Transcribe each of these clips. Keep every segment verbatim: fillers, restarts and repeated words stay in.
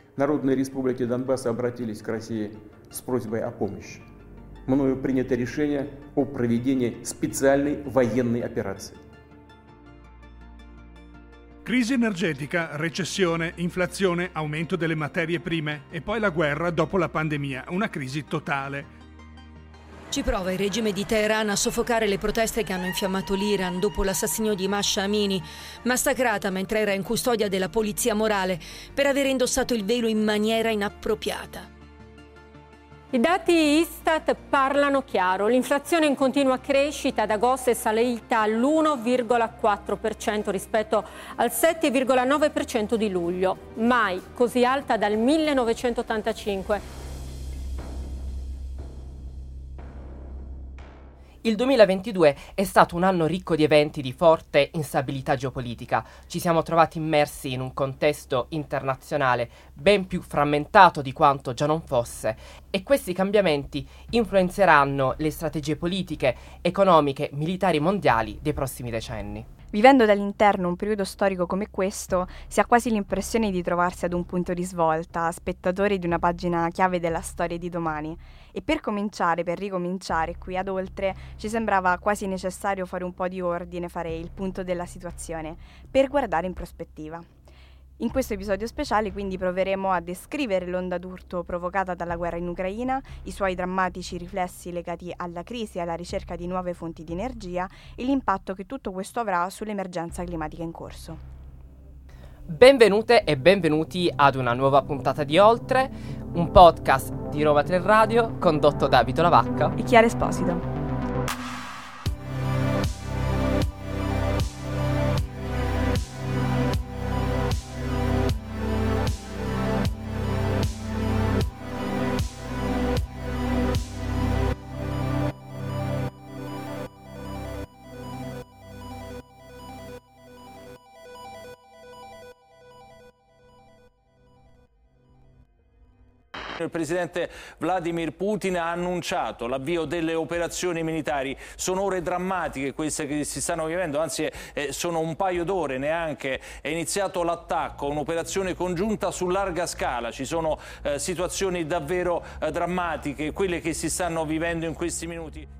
Народные республики Донбасса обратились к России с просьбой о помощи. Мною принято решение о проведении специальной военной операции. Crisi energetica, recessione, inflazione, aumento delle materie prime e poi la guerra dopo la pandemia, una crisi totale. Ci prova il regime di Teheran a soffocare le proteste che hanno infiammato l'Iran dopo l'assassinio di Mahsa Amini, massacrata mentre era in custodia della polizia morale per aver indossato il velo in maniera inappropriata. I dati Istat parlano chiaro. L'inflazione in continua crescita ad agosto è salita all'uno virgola quattro per cento rispetto al sette virgola nove per cento di luglio, mai così alta dal millenovecentottantacinque. Il duemilaventidue è stato un anno ricco di eventi di forte instabilità geopolitica. Ci siamo trovati immersi in un contesto internazionale ben più frammentato di quanto già non fosse, e questi cambiamenti influenzeranno le strategie politiche, economiche, militari mondiali dei prossimi decenni. Vivendo dall'interno un periodo storico come questo, si ha quasi l'impressione di trovarsi ad un punto di svolta, spettatori di una pagina chiave della storia di domani. E per cominciare, per ricominciare qui ad Oltre, ci sembrava quasi necessario fare un po' di ordine, fare il punto della situazione, per guardare in prospettiva. In questo episodio speciale quindi proveremo a descrivere l'onda d'urto provocata dalla guerra in Ucraina, i suoi drammatici riflessi legati alla crisi e alla ricerca di nuove fonti di energia e l'impatto che tutto questo avrà sull'emergenza climatica in corso. Benvenute e benvenuti ad una nuova puntata di Oltre, un podcast di Roma tre Radio condotto da Vito Lavacca e Chiara Esposito. Il presidente Vladimir Putin ha annunciato l'avvio delle operazioni militari. Sono ore drammatiche queste che si stanno vivendo, anzi eh, sono un paio d'ore neanche. È iniziato l'attacco, un'operazione congiunta su larga scala. Ci sono eh, situazioni davvero eh, drammatiche, quelle che si stanno vivendo in questi minuti.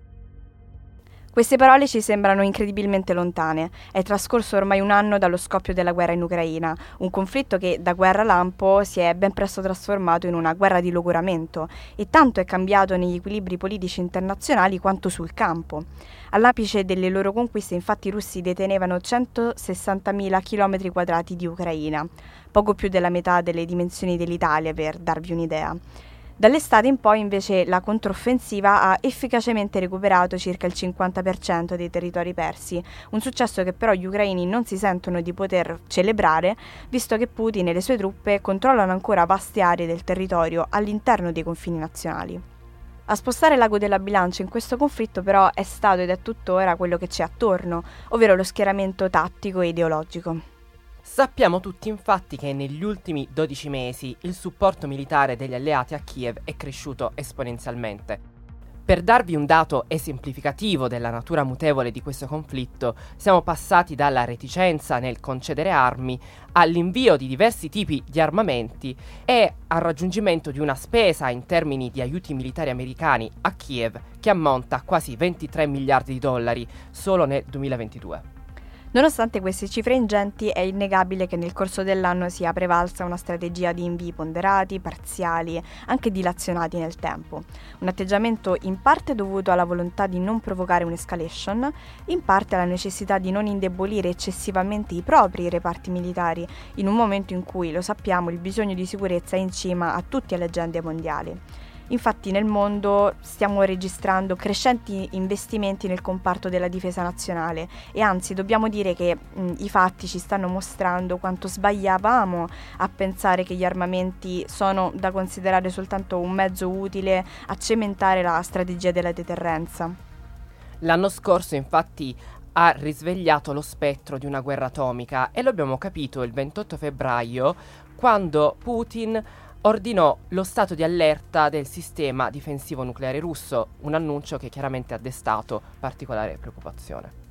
Queste parole ci sembrano incredibilmente lontane. È trascorso ormai un anno dallo scoppio della guerra in Ucraina, un conflitto che da guerra lampo si è ben presto trasformato in una guerra di logoramento, e tanto è cambiato negli equilibri politici internazionali quanto sul campo. All'apice delle loro conquiste, infatti, i russi detenevano centosessantamila chilometri quadrati di Ucraina, poco più della metà delle dimensioni dell'Italia, per darvi un'idea. Dall'estate in poi invece la controffensiva ha efficacemente recuperato circa il cinquanta per cento dei territori persi, un successo che però gli ucraini non si sentono di poter celebrare, visto che Putin e le sue truppe controllano ancora vaste aree del territorio all'interno dei confini nazionali. A spostare l'ago della bilancia in questo conflitto però è stato ed è tuttora quello che c'è attorno, ovvero lo schieramento tattico e ideologico. Sappiamo tutti infatti che negli ultimi dodici mesi il supporto militare degli alleati a Kiev è cresciuto esponenzialmente. Per darvi un dato esemplificativo della natura mutevole di questo conflitto, siamo passati dalla reticenza nel concedere armi all'invio di diversi tipi di armamenti e al raggiungimento di una spesa in termini di aiuti militari americani a Kiev che ammonta a quasi ventitré miliardi di dollari solo nel duemilaventidue. Nonostante queste cifre ingenti, è innegabile che nel corso dell'anno sia prevalsa una strategia di invii ponderati, parziali, anche dilazionati nel tempo. Un atteggiamento in parte dovuto alla volontà di non provocare un'escalation, in parte alla necessità di non indebolire eccessivamente i propri reparti militari, in un momento in cui, lo sappiamo, il bisogno di sicurezza è in cima a tutte le agende mondiali. Infatti nel mondo stiamo registrando crescenti investimenti nel comparto della difesa nazionale e anzi dobbiamo dire che mh, i fatti ci stanno mostrando quanto sbagliavamo a pensare che gli armamenti sono da considerare soltanto un mezzo utile a cementare la strategia della deterrenza. L'anno scorso infatti ha risvegliato lo spettro di una guerra atomica e lo abbiamo capito il ventotto febbraio quando Putin ordinò lo stato di allerta del sistema difensivo nucleare russo, un annuncio che chiaramente ha destato particolare preoccupazione.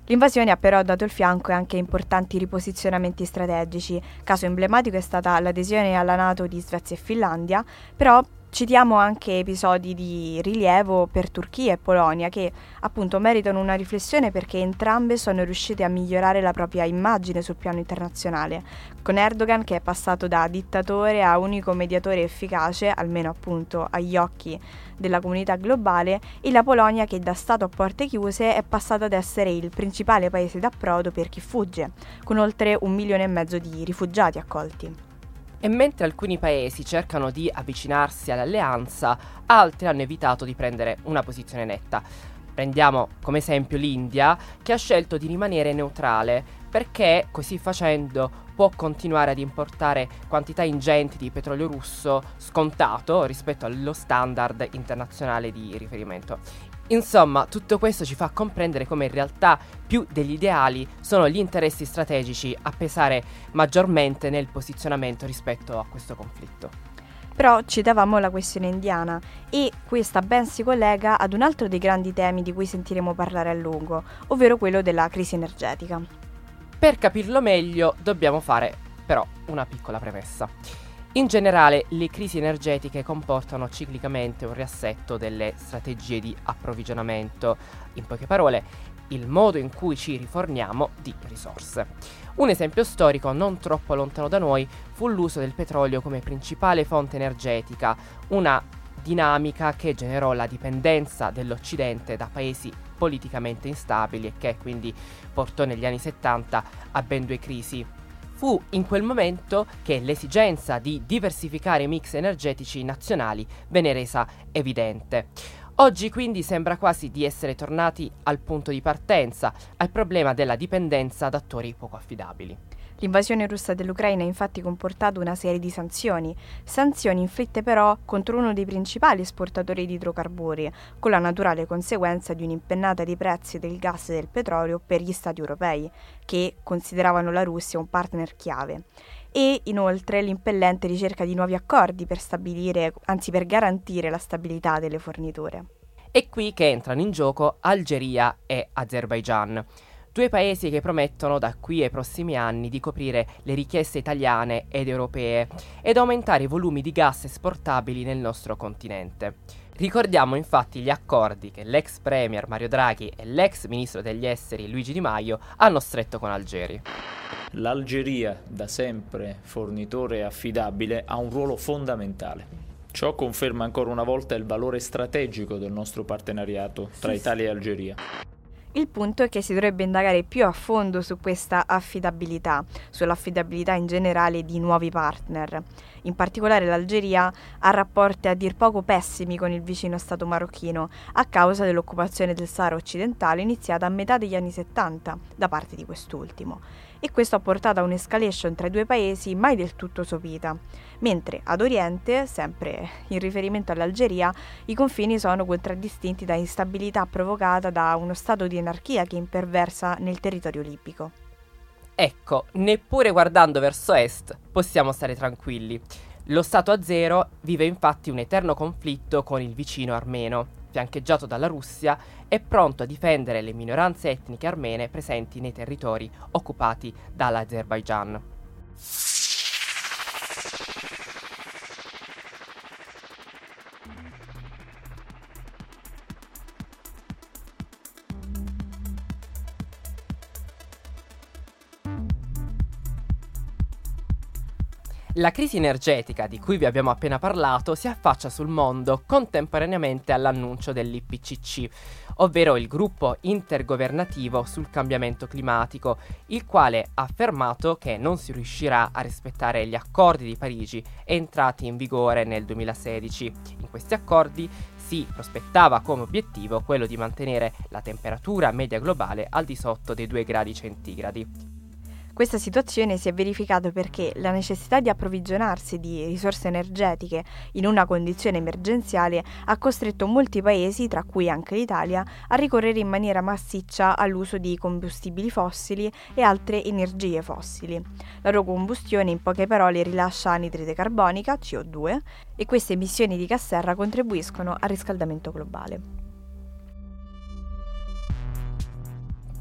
L'invasione ha però dato il fianco anche a importanti riposizionamenti strategici. Caso emblematico è stata l'adesione alla NATO di Svezia e Finlandia, però citiamo anche episodi di rilievo per Turchia e Polonia che appunto meritano una riflessione perché entrambe sono riuscite a migliorare la propria immagine sul piano internazionale, con Erdogan che è passato da dittatore a unico mediatore efficace, almeno appunto agli occhi della comunità globale, e la Polonia che da stato a porte chiuse è passata ad essere il principale paese d'approdo per chi fugge, con oltre un milione e mezzo di rifugiati accolti. E mentre alcuni paesi cercano di avvicinarsi all'alleanza, altri hanno evitato di prendere una posizione netta. Prendiamo come esempio l'India, che ha scelto di rimanere neutrale, perché così facendo può continuare ad importare quantità ingenti di petrolio russo scontato rispetto allo standard internazionale di riferimento. Insomma, tutto questo ci fa comprendere come in realtà più degli ideali sono gli interessi strategici a pesare maggiormente nel posizionamento rispetto a questo conflitto. Però citavamo la questione indiana e questa ben si collega ad un altro dei grandi temi di cui sentiremo parlare a lungo, ovvero quello della crisi energetica. Per capirlo meglio dobbiamo fare però una piccola premessa. In generale, le crisi energetiche comportano ciclicamente un riassetto delle strategie di approvvigionamento, in poche parole, il modo in cui ci riforniamo di risorse. Un esempio storico non troppo lontano da noi fu l'uso del petrolio come principale fonte energetica, una dinamica che generò la dipendenza dell'Occidente da paesi politicamente instabili e che quindi portò negli anni settanta a ben due crisi. Fu in quel momento che l'esigenza di diversificare i mix energetici nazionali venne resa evidente. Oggi quindi sembra quasi di essere tornati al punto di partenza, al problema della dipendenza da attori poco affidabili. L'invasione russa dell'Ucraina ha infatti comportato una serie di sanzioni, sanzioni inflitte però contro uno dei principali esportatori di idrocarburi, con la naturale conseguenza di un'impennata dei prezzi del gas e del petrolio per gli Stati europei, che consideravano la Russia un partner chiave, e inoltre l'impellente ricerca di nuovi accordi per stabilire, anzi per garantire la stabilità delle forniture. È qui che entrano in gioco Algeria e Azerbaigian. Due paesi che promettono da qui ai prossimi anni di coprire le richieste italiane ed europee ed aumentare i volumi di gas esportabili nel nostro continente. Ricordiamo infatti gli accordi che l'ex premier Mario Draghi e l'ex ministro degli esteri Luigi Di Maio hanno stretto con Algeri. L'Algeria, da sempre fornitore affidabile, ha un ruolo fondamentale. Ciò conferma ancora una volta il valore strategico del nostro partenariato tra Italia e Algeria. Il punto è che si dovrebbe indagare più a fondo su questa affidabilità, sull'affidabilità in generale di nuovi partner. In particolare l'Algeria ha rapporti a dir poco pessimi con il vicino stato marocchino a causa dell'occupazione del Sahara occidentale iniziata a metà degli anni settanta da parte di quest'ultimo. E questo ha portato a un'escalation tra i due paesi mai del tutto sopita. Mentre ad Oriente, sempre in riferimento all'Algeria, i confini sono contraddistinti da instabilità provocata da uno stato di anarchia che imperversa nel territorio libico. Ecco, neppure guardando verso est possiamo stare tranquilli. Lo Stato azero vive infatti un eterno conflitto con il vicino armeno, fiancheggiato dalla Russia, è pronto a difendere le minoranze etniche armene presenti nei territori occupati dall'Azerbaigian. La crisi energetica di cui vi abbiamo appena parlato si affaccia sul mondo contemporaneamente all'annuncio dell'I P C C, ovvero il gruppo intergovernativo sul cambiamento climatico, il quale ha affermato che non si riuscirà a rispettare gli accordi di Parigi entrati in vigore nel duemilasedici. In questi accordi si prospettava come obiettivo quello di mantenere la temperatura media globale al di sotto dei due gradi centigradi. Questa situazione si è verificata perché la necessità di approvvigionarsi di risorse energetiche in una condizione emergenziale ha costretto molti paesi, tra cui anche l'Italia, a ricorrere in maniera massiccia all'uso di combustibili fossili e altre energie fossili. La loro combustione, in poche parole, rilascia anidride carbonica, C O due, e queste emissioni di gas serra contribuiscono al riscaldamento globale.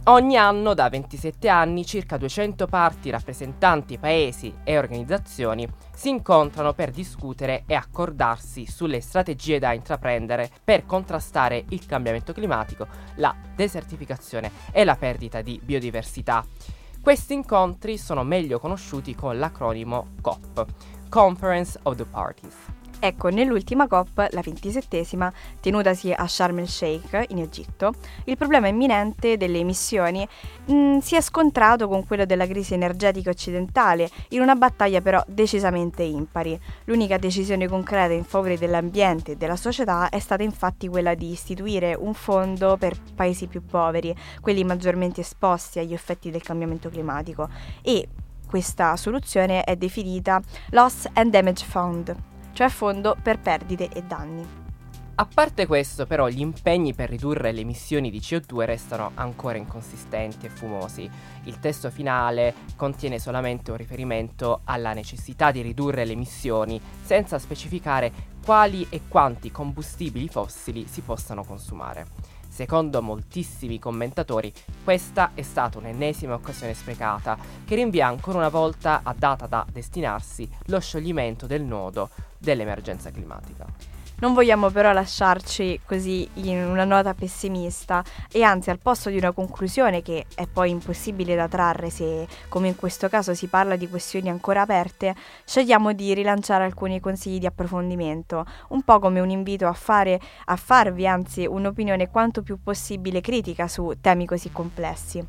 Ogni anno da ventisette anni circa duecento parti rappresentanti paesi e organizzazioni si incontrano per discutere e accordarsi sulle strategie da intraprendere per contrastare il cambiamento climatico, la desertificazione e la perdita di biodiversità. Questi incontri sono meglio conosciuti con l'acronimo C O P, Conference of the Parties. Ecco, nell'ultima COP, la ventisettesima, tenutasi a Sharm el-Sheikh, in Egitto, il problema imminente delle emissioni mh, si è scontrato con quello della crisi energetica occidentale, in una battaglia però decisamente impari. L'unica decisione concreta in favore dell'ambiente e della società è stata infatti quella di istituire un fondo per paesi più poveri, quelli maggiormente esposti agli effetti del cambiamento climatico, e questa soluzione è definita Loss and Damage Fund, cioè fondo per perdite e danni. A parte questo, però, gli impegni per ridurre le emissioni di C O due restano ancora inconsistenti e fumosi. Il testo finale contiene solamente un riferimento alla necessità di ridurre le emissioni, senza specificare quali e quanti combustibili fossili si possano consumare. Secondo moltissimi commentatori, questa è stata un'ennesima occasione sprecata, che rinvia ancora una volta a data da destinarsi lo scioglimento del nodo dell'emergenza climatica. Non vogliamo però lasciarci così in una nota pessimista e anzi, al posto di una conclusione che è poi impossibile da trarre se, come in questo caso, si parla di questioni ancora aperte, scegliamo di rilanciare alcuni consigli di approfondimento, un po' come un invito a fare a farvi anzi un'opinione quanto più possibile critica su temi così complessi.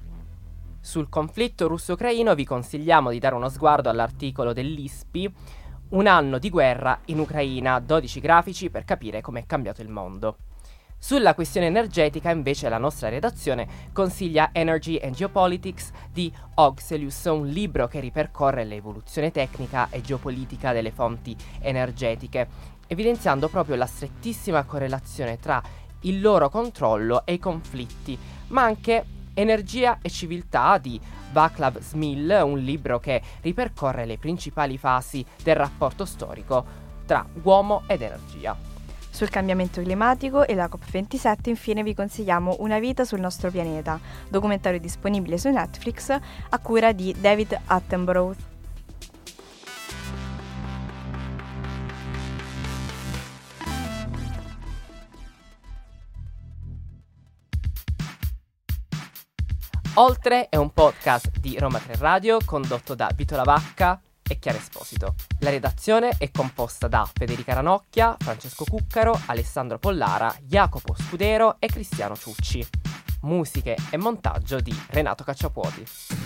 Sul conflitto russo-ucraino vi consigliamo di dare uno sguardo all'articolo dell'I S P I Un anno di guerra in Ucraina, dodici grafici per capire com'è cambiato il mondo. Sulla questione energetica, invece, la nostra redazione consiglia Energy and Geopolitics di Oxelius, un libro che ripercorre l'evoluzione tecnica e geopolitica delle fonti energetiche, evidenziando proprio la strettissima correlazione tra il loro controllo e i conflitti, ma anche Energia e civiltà di Václav Smil, un libro che ripercorre le principali fasi del rapporto storico tra uomo ed energia. Sul cambiamento climatico e la COP ventisette infine vi consigliamo Una vita sul nostro pianeta, documentario disponibile su Netflix a cura di David Attenborough. Oltre è un podcast di Roma tre Radio condotto da Vito Lavacca e Chiara Esposito. La redazione è composta da Federica Ranocchia, Francesco Cuccaro, Alessandro Pollara, Jacopo Scudero e Cristiano Ciucci. Musiche e montaggio di Renato Cacciapuoti.